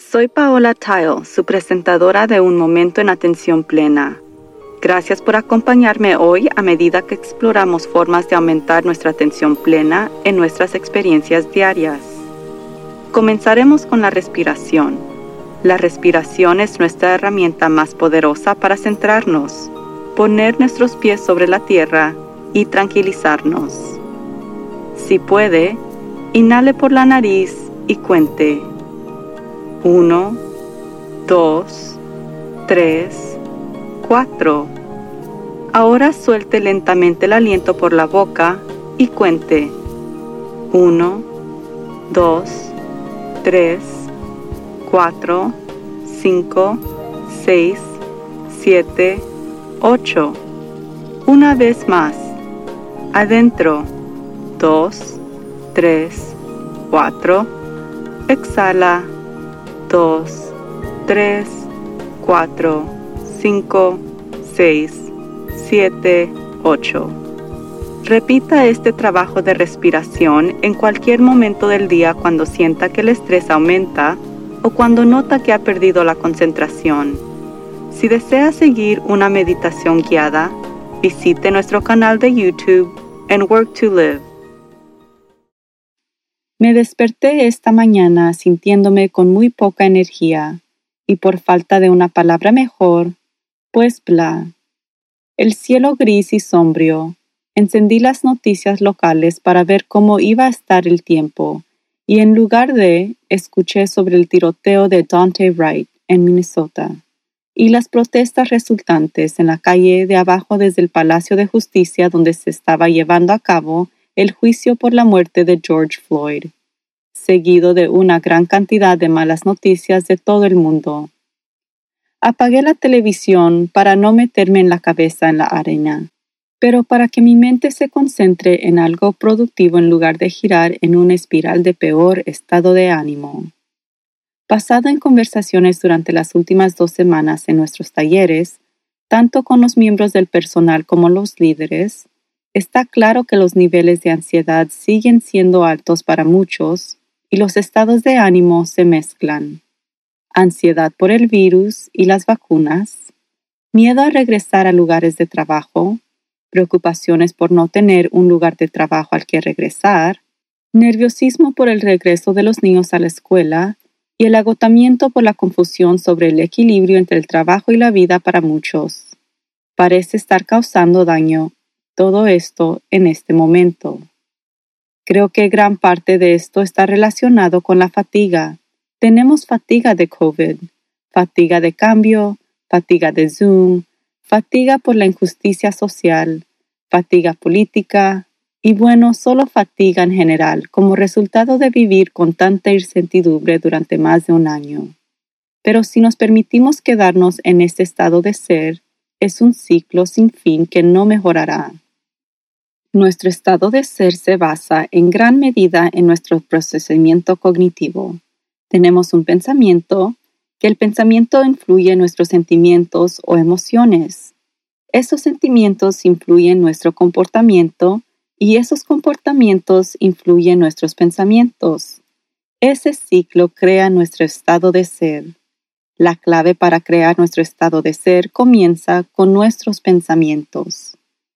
Soy Paola Tile, su presentadora de Un Momento en Atención Plena. Gracias por acompañarme hoy a medida que exploramos formas de aumentar nuestra atención plena en nuestras experiencias diarias. Comenzaremos con la respiración. La respiración es nuestra herramienta más poderosa para centrarnos, poner nuestros pies sobre la tierra y tranquilizarnos. Si puede, inhale por la nariz y cuente. 1, 2, 3, 4. Ahora suelte lentamente el aliento por la boca y cuente. 1, 2, 3, 4, 5, 6, 7, 8. Una vez más. Adentro. 2, 3, 4. Exhala. 2, 3, 4, 5, 6, 7, 8. Repita este trabajo de respiración en cualquier momento del día cuando sienta que el estrés aumenta o cuando nota que ha perdido la concentración. Si desea seguir una meditación guiada, visite nuestro canal de YouTube en Work to Live. Me desperté esta mañana sintiéndome con muy poca energía y por falta de una palabra mejor, pues bla. El cielo gris y sombrío. Encendí las noticias locales para ver cómo iba a estar el tiempo y en lugar de, escuché sobre el tiroteo de Daunte Wright en Minnesota y las protestas resultantes en la calle de abajo desde el Palacio de Justicia donde se estaba llevando a cabo el juicio por la muerte de George Floyd, seguido de una gran cantidad de malas noticias de todo el mundo. Apagué la televisión para no meterme en la cabeza en la arena, pero para que mi mente se concentre en algo productivo en lugar de girar en una espiral de peor estado de ánimo. Basado en conversaciones durante las últimas 2 semanas en nuestros talleres, tanto con los miembros del personal como los líderes, está claro que los niveles de ansiedad siguen siendo altos para muchos y los estados de ánimo se mezclan. Ansiedad por el virus y las vacunas, miedo a regresar a lugares de trabajo, preocupaciones por no tener un lugar de trabajo al que regresar, nerviosismo por el regreso de los niños a la escuela y el agotamiento por la confusión sobre el equilibrio entre el trabajo y la vida para muchos. Parece estar causando daño todo esto en este momento. Creo que gran parte de esto está relacionado con la fatiga. Tenemos fatiga de COVID, fatiga de cambio, fatiga de Zoom, fatiga por la injusticia social, fatiga política y bueno, solo fatiga en general como resultado de vivir con tanta incertidumbre durante más de un año. Pero si nos permitimos quedarnos en este estado de ser, es un ciclo sin fin que no mejorará. Nuestro estado de ser se basa en gran medida en nuestro procesamiento cognitivo. Tenemos un pensamiento, que el pensamiento influye en nuestros sentimientos o emociones. Esos sentimientos influyen en nuestro comportamiento y esos comportamientos influyen en nuestros pensamientos. Ese ciclo crea nuestro estado de ser. La clave para crear nuestro estado de ser comienza con nuestros pensamientos.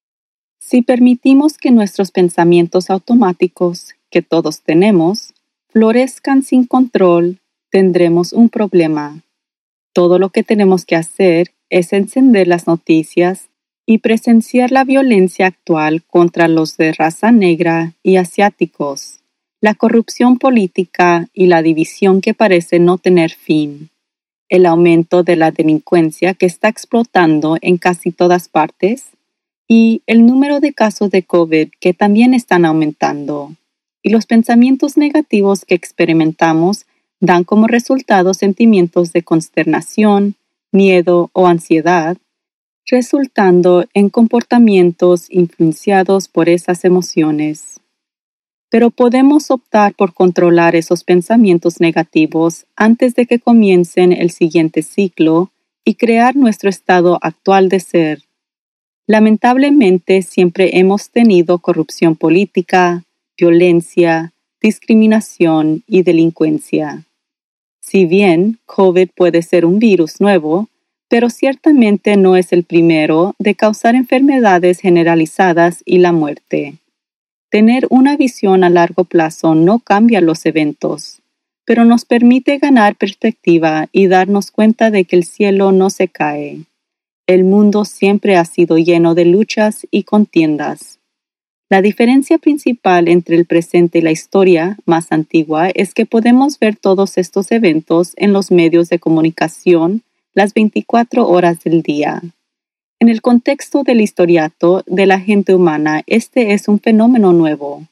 Si permitimos que nuestros pensamientos automáticos, que todos tenemos, florezcan sin control, tendremos un problema. Todo lo que tenemos que hacer es encender las noticias y presenciar la violencia actual contra los de raza negra y asiáticos, la corrupción política y la división que parece no tener fin, el aumento de la delincuencia que está explotando en casi todas partes y el número de casos de COVID que también están aumentando. Y los pensamientos negativos que experimentamos dan como resultado sentimientos de consternación, miedo o ansiedad, resultando en comportamientos influenciados por esas emociones. Pero podemos optar por controlar esos pensamientos negativos antes de que comiencen el siguiente ciclo y crear nuestro estado actual de ser. Lamentablemente, siempre hemos tenido corrupción política, violencia, discriminación y delincuencia. Si bien COVID puede ser un virus nuevo, pero ciertamente no es el primero de causar enfermedades generalizadas y la muerte. Tener una visión a largo plazo no cambia los eventos, pero nos permite ganar perspectiva y darnos cuenta de que el cielo no se cae. El mundo siempre ha sido lleno de luchas y contiendas. La diferencia principal entre el presente y la historia más antigua es que podemos ver todos estos eventos en los medios de comunicación las 24 horas del día. En el contexto del historiato de la gente humana, este es un fenómeno nuevo.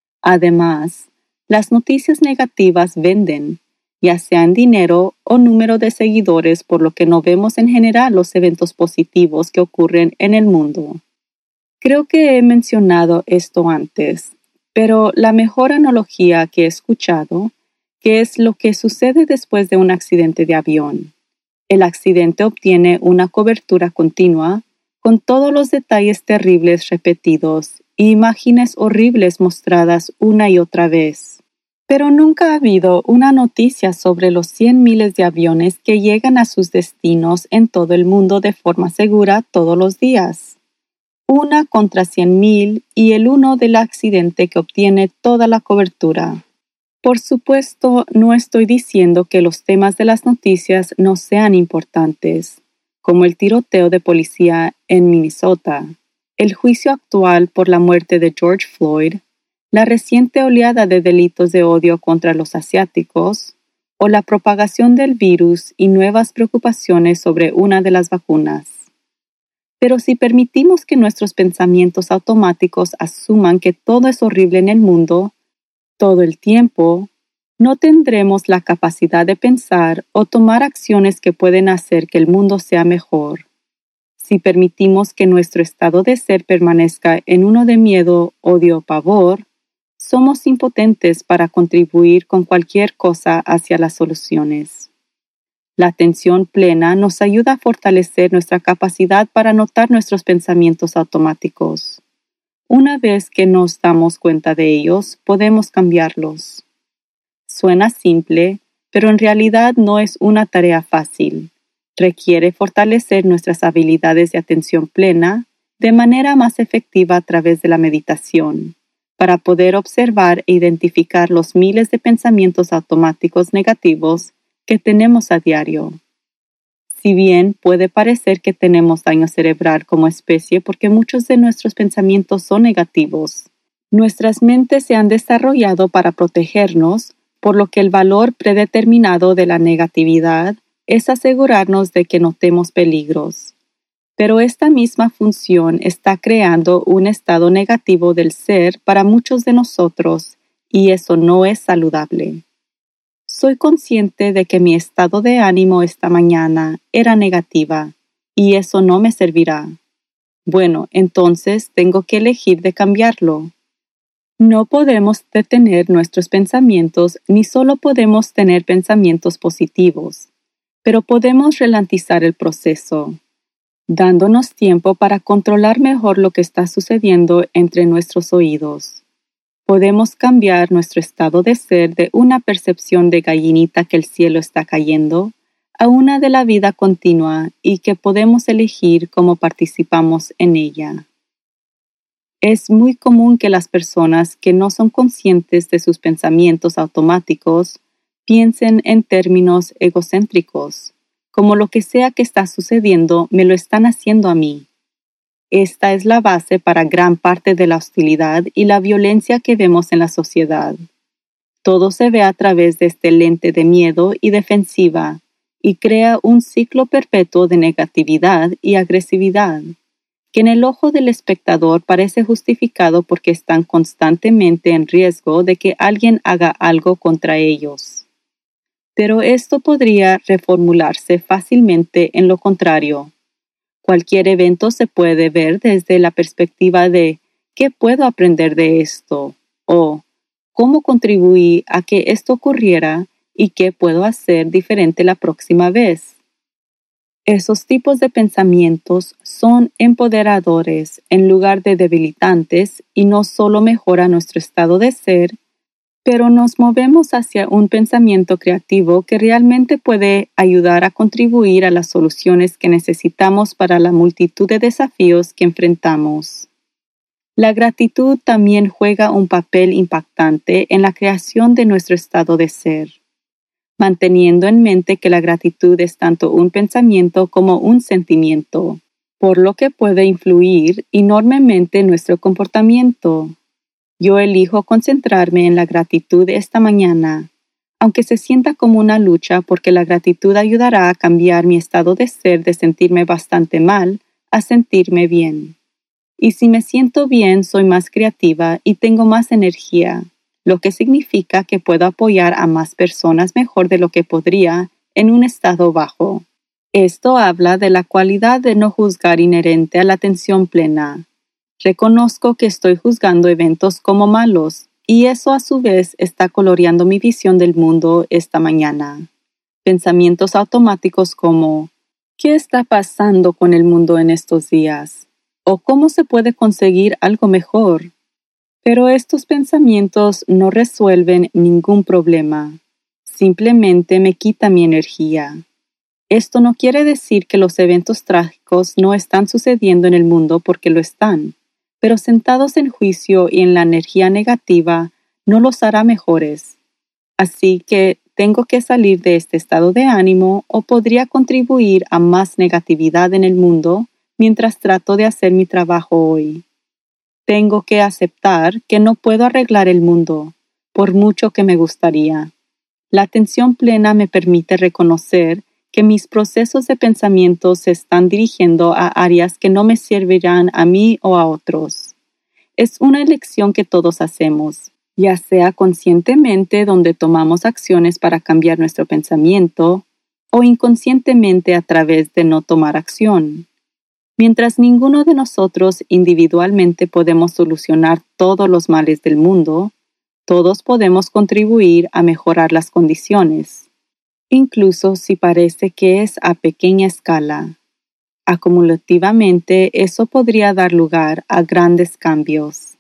Además, las noticias negativas venden, ya sea en dinero o número de seguidores, por lo que no vemos en general los eventos positivos que ocurren en el mundo. Creo que he mencionado esto antes, pero la mejor analogía que he escuchado, que es lo que sucede después de un accidente de avión. El accidente obtiene una cobertura continua, con todos los detalles terribles repetidos y imágenes horribles mostradas una y otra vez. Pero nunca ha habido una noticia sobre los 100 miles de aviones que llegan a sus destinos en todo el mundo de forma segura todos los días. Una contra 100,000 y el uno del accidente que obtiene toda la cobertura. Por supuesto, no estoy diciendo que los temas de las noticias no sean importantes, como el tiroteo de policía en Minnesota, el juicio actual por la muerte de George Floyd, la reciente oleada de delitos de odio contra los asiáticos, o la propagación del virus y nuevas preocupaciones sobre una de las vacunas. Pero si permitimos que nuestros pensamientos automáticos asuman que todo es horrible en el mundo, todo el tiempo, no tendremos la capacidad de pensar o tomar acciones que pueden hacer que el mundo sea mejor. Si permitimos que nuestro estado de ser permanezca en uno de miedo, odio o pavor, somos impotentes para contribuir con cualquier cosa hacia las soluciones. La atención plena nos ayuda a fortalecer nuestra capacidad para notar nuestros pensamientos automáticos. Una vez que nos damos cuenta de ellos, podemos cambiarlos. Suena simple, pero en realidad no es una tarea fácil. Requiere fortalecer nuestras habilidades de atención plena de manera más efectiva a través de la meditación, para poder observar e identificar los miles de pensamientos automáticos negativos que tenemos a diario. Si bien puede parecer que tenemos daño cerebral como especie porque muchos de nuestros pensamientos son negativos, nuestras mentes se han desarrollado para protegernos, por lo que el valor predeterminado de la negatividad es asegurarnos de que notemos peligros. Pero esta misma función está creando un estado negativo del ser para muchos de nosotros, y eso no es saludable. Soy consciente de que mi estado de ánimo esta mañana era negativa, y eso no me servirá. Bueno, entonces tengo que elegir de cambiarlo. No podemos detener nuestros pensamientos ni solo podemos tener pensamientos positivos, pero podemos ralentizar el proceso, dándonos tiempo para controlar mejor lo que está sucediendo entre nuestros oídos. Podemos cambiar nuestro estado de ser de una percepción de gallinita que el cielo está cayendo a una de la vida continua y que podemos elegir cómo participamos en ella. Es muy común que las personas que no son conscientes de sus pensamientos automáticos piensen en términos egocéntricos, como lo que sea que está sucediendo me lo están haciendo a mí. Esta es la base para gran parte de la hostilidad y la violencia que vemos en la sociedad. Todo se ve a través de este lente de miedo y defensiva y crea un ciclo perpetuo de negatividad y agresividad, que en el ojo del espectador parece justificado porque están constantemente en riesgo de que alguien haga algo contra ellos. Pero esto podría reformularse fácilmente en lo contrario. Cualquier evento se puede ver desde la perspectiva de ¿qué puedo aprender de esto? O ¿cómo contribuí a que esto ocurriera y qué puedo hacer diferente la próxima vez? Esos tipos de pensamientos son empoderadores en lugar de debilitantes y no solo mejora nuestro estado de ser, pero nos movemos hacia un pensamiento creativo que realmente puede ayudar a contribuir a las soluciones que necesitamos para la multitud de desafíos que enfrentamos. La gratitud también juega un papel impactante en la creación de nuestro estado de ser, manteniendo en mente que la gratitud es tanto un pensamiento como un sentimiento, por lo que puede influir enormemente en nuestro comportamiento. Yo elijo concentrarme en la gratitud esta mañana, aunque se sienta como una lucha porque la gratitud ayudará a cambiar mi estado de ser de sentirme bastante mal a sentirme bien. Y si me siento bien, soy más creativa y tengo más energía, lo que significa que puedo apoyar a más personas mejor de lo que podría en un estado bajo. Esto habla de la cualidad de no juzgar inherente a la atención plena. Reconozco que estoy juzgando eventos como malos, y eso a su vez está coloreando mi visión del mundo esta mañana. Pensamientos automáticos como ¿qué está pasando con el mundo en estos días? ¿O cómo se puede conseguir algo mejor? Pero estos pensamientos no resuelven ningún problema. Simplemente me quitan mi energía. Esto no quiere decir que los eventos trágicos no están sucediendo en el mundo porque lo están, pero sentados en juicio y en la energía negativa no los hará mejores. Así que tengo que salir de este estado de ánimo o podría contribuir a más negatividad en el mundo mientras trato de hacer mi trabajo hoy. Tengo que aceptar que no puedo arreglar el mundo, por mucho que me gustaría. La atención plena me permite reconocer que mis procesos de pensamiento se están dirigiendo a áreas que no me servirán a mí o a otros. Es una elección que todos hacemos, ya sea conscientemente donde tomamos acciones para cambiar nuestro pensamiento o inconscientemente a través de no tomar acción. Mientras ninguno de nosotros individualmente podemos solucionar todos los males del mundo, todos podemos contribuir a mejorar las condiciones, incluso si parece que es a pequeña escala. Acumulativamente, eso podría dar lugar a grandes cambios.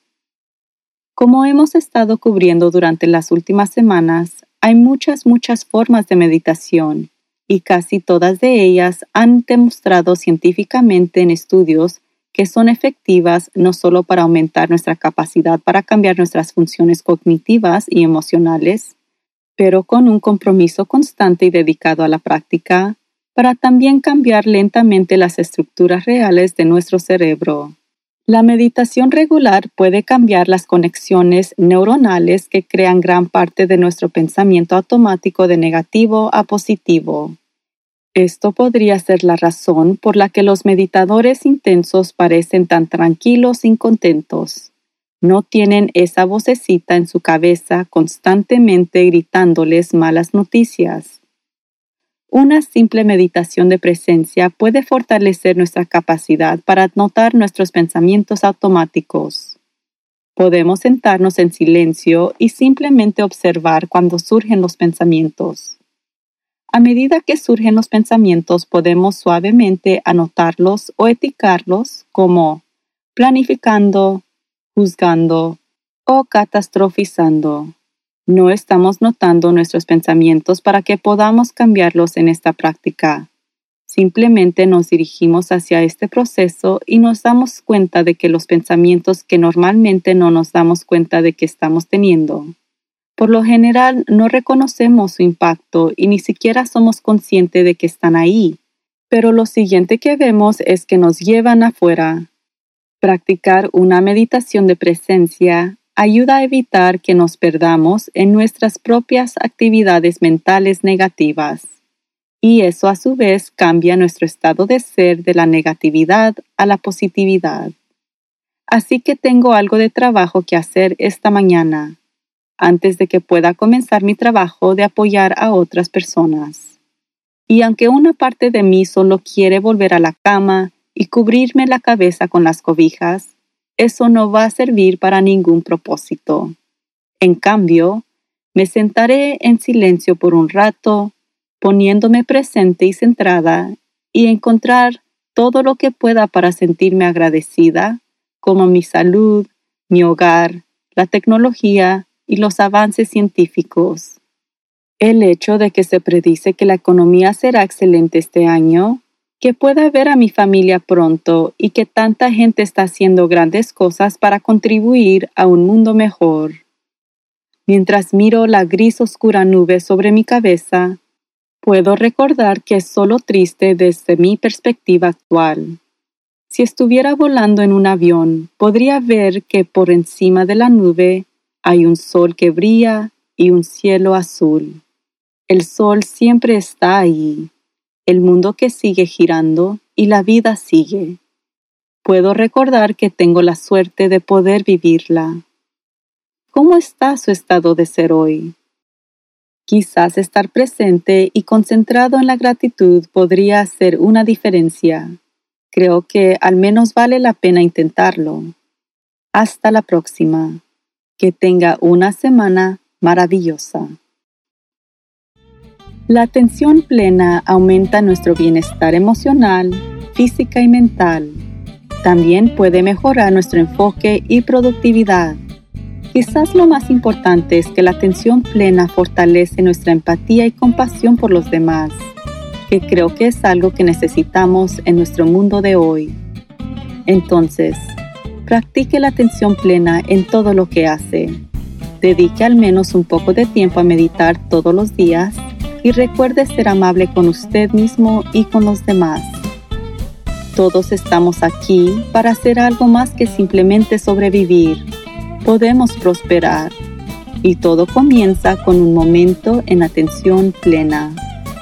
Como hemos estado cubriendo durante las últimas semanas, hay muchas formas de meditación, y casi todas de ellas han demostrado científicamente en estudios que son efectivas no solo para aumentar nuestra capacidad para cambiar nuestras funciones cognitivas y emocionales, pero con un compromiso constante y dedicado a la práctica, para también cambiar lentamente las estructuras reales de nuestro cerebro. La meditación regular puede cambiar las conexiones neuronales que crean gran parte de nuestro pensamiento automático de negativo a positivo. Esto podría ser la razón por la que los meditadores intensos parecen tan tranquilos y contentos. No tienen esa vocecita en su cabeza constantemente gritándoles malas noticias. Una simple meditación de presencia puede fortalecer nuestra capacidad para notar nuestros pensamientos automáticos. Podemos sentarnos en silencio y simplemente observar cuando surgen los pensamientos. A medida que surgen los pensamientos, podemos suavemente anotarlos o etiquetarlos como planificando, juzgando o catastrofizando. No estamos notando nuestros pensamientos para que podamos cambiarlos en esta práctica. Simplemente nos dirigimos hacia este proceso y nos damos cuenta de que los pensamientos que normalmente no nos damos cuenta de que estamos teniendo. Por lo general, no reconocemos su impacto y ni siquiera somos conscientes de que están ahí, pero lo siguiente que vemos es que nos llevan afuera. Practicar una meditación de presencia ayuda a evitar que nos perdamos en nuestras propias actividades mentales negativas, y eso a su vez cambia nuestro estado de ser de la negatividad a la positividad. Así que tengo algo de trabajo que hacer esta mañana, antes de que pueda comenzar mi trabajo de apoyar a otras personas. Y aunque una parte de mí solo quiere volver a la cama y cubrirme la cabeza con las cobijas, eso no va a servir para ningún propósito. En cambio, me sentaré en silencio por un rato, poniéndome presente y centrada, y encontrar todo lo que pueda para sentirme agradecida, como mi salud, mi hogar, la tecnología y los avances científicos. El hecho de que se predice que la economía será excelente este año, que pueda ver a mi familia pronto y que tanta gente está haciendo grandes cosas para contribuir a un mundo mejor. Mientras miro la gris oscura nube sobre mi cabeza, puedo recordar que es solo triste desde mi perspectiva actual. Si estuviera volando en un avión, podría ver que por encima de la nube hay un sol que brilla y un cielo azul. El sol siempre está ahí, el mundo que sigue girando y la vida sigue. Puedo recordar que tengo la suerte de poder vivirla. ¿Cómo está su estado de ser hoy? Quizás estar presente y concentrado en la gratitud podría hacer una diferencia. Creo que al menos vale la pena intentarlo. Hasta la próxima. Que tenga una semana maravillosa. La atención plena aumenta nuestro bienestar emocional, física y mental. También puede mejorar nuestro enfoque y productividad. Quizás lo más importante es que la atención plena fortalece nuestra empatía y compasión por los demás, que creo que es algo que necesitamos en nuestro mundo de hoy. Entonces, practique la atención plena en todo lo que hace. Dedique al menos un poco de tiempo a meditar todos los días y recuerde ser amable con usted mismo y con los demás. Todos estamos aquí para hacer algo más que simplemente sobrevivir. Podemos prosperar y todo comienza con un momento en atención plena.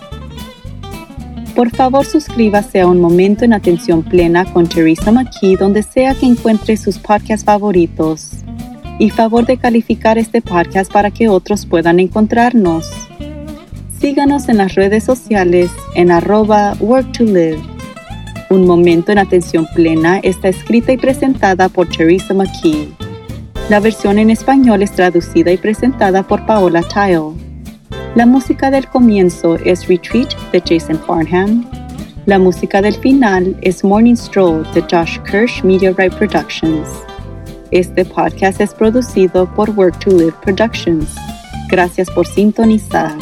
Por favor, suscríbase a Un Momento en Atención Plena con Teresa McKee donde sea que encuentre sus podcasts favoritos. Y favor de calificar este podcast para que otros puedan encontrarnos. Síganos en las redes sociales en @work2live. Un Momento en Atención Plena está escrita y presentada por Teresa McKee. La versión en español es traducida y presentada por Paola Tile. La música del comienzo es Retreat de Jason Farnham. La música del final es Morning Stroll de Josh Kirsch Media Right Productions. Este podcast es producido por Work2Live Productions. Gracias por sintonizar.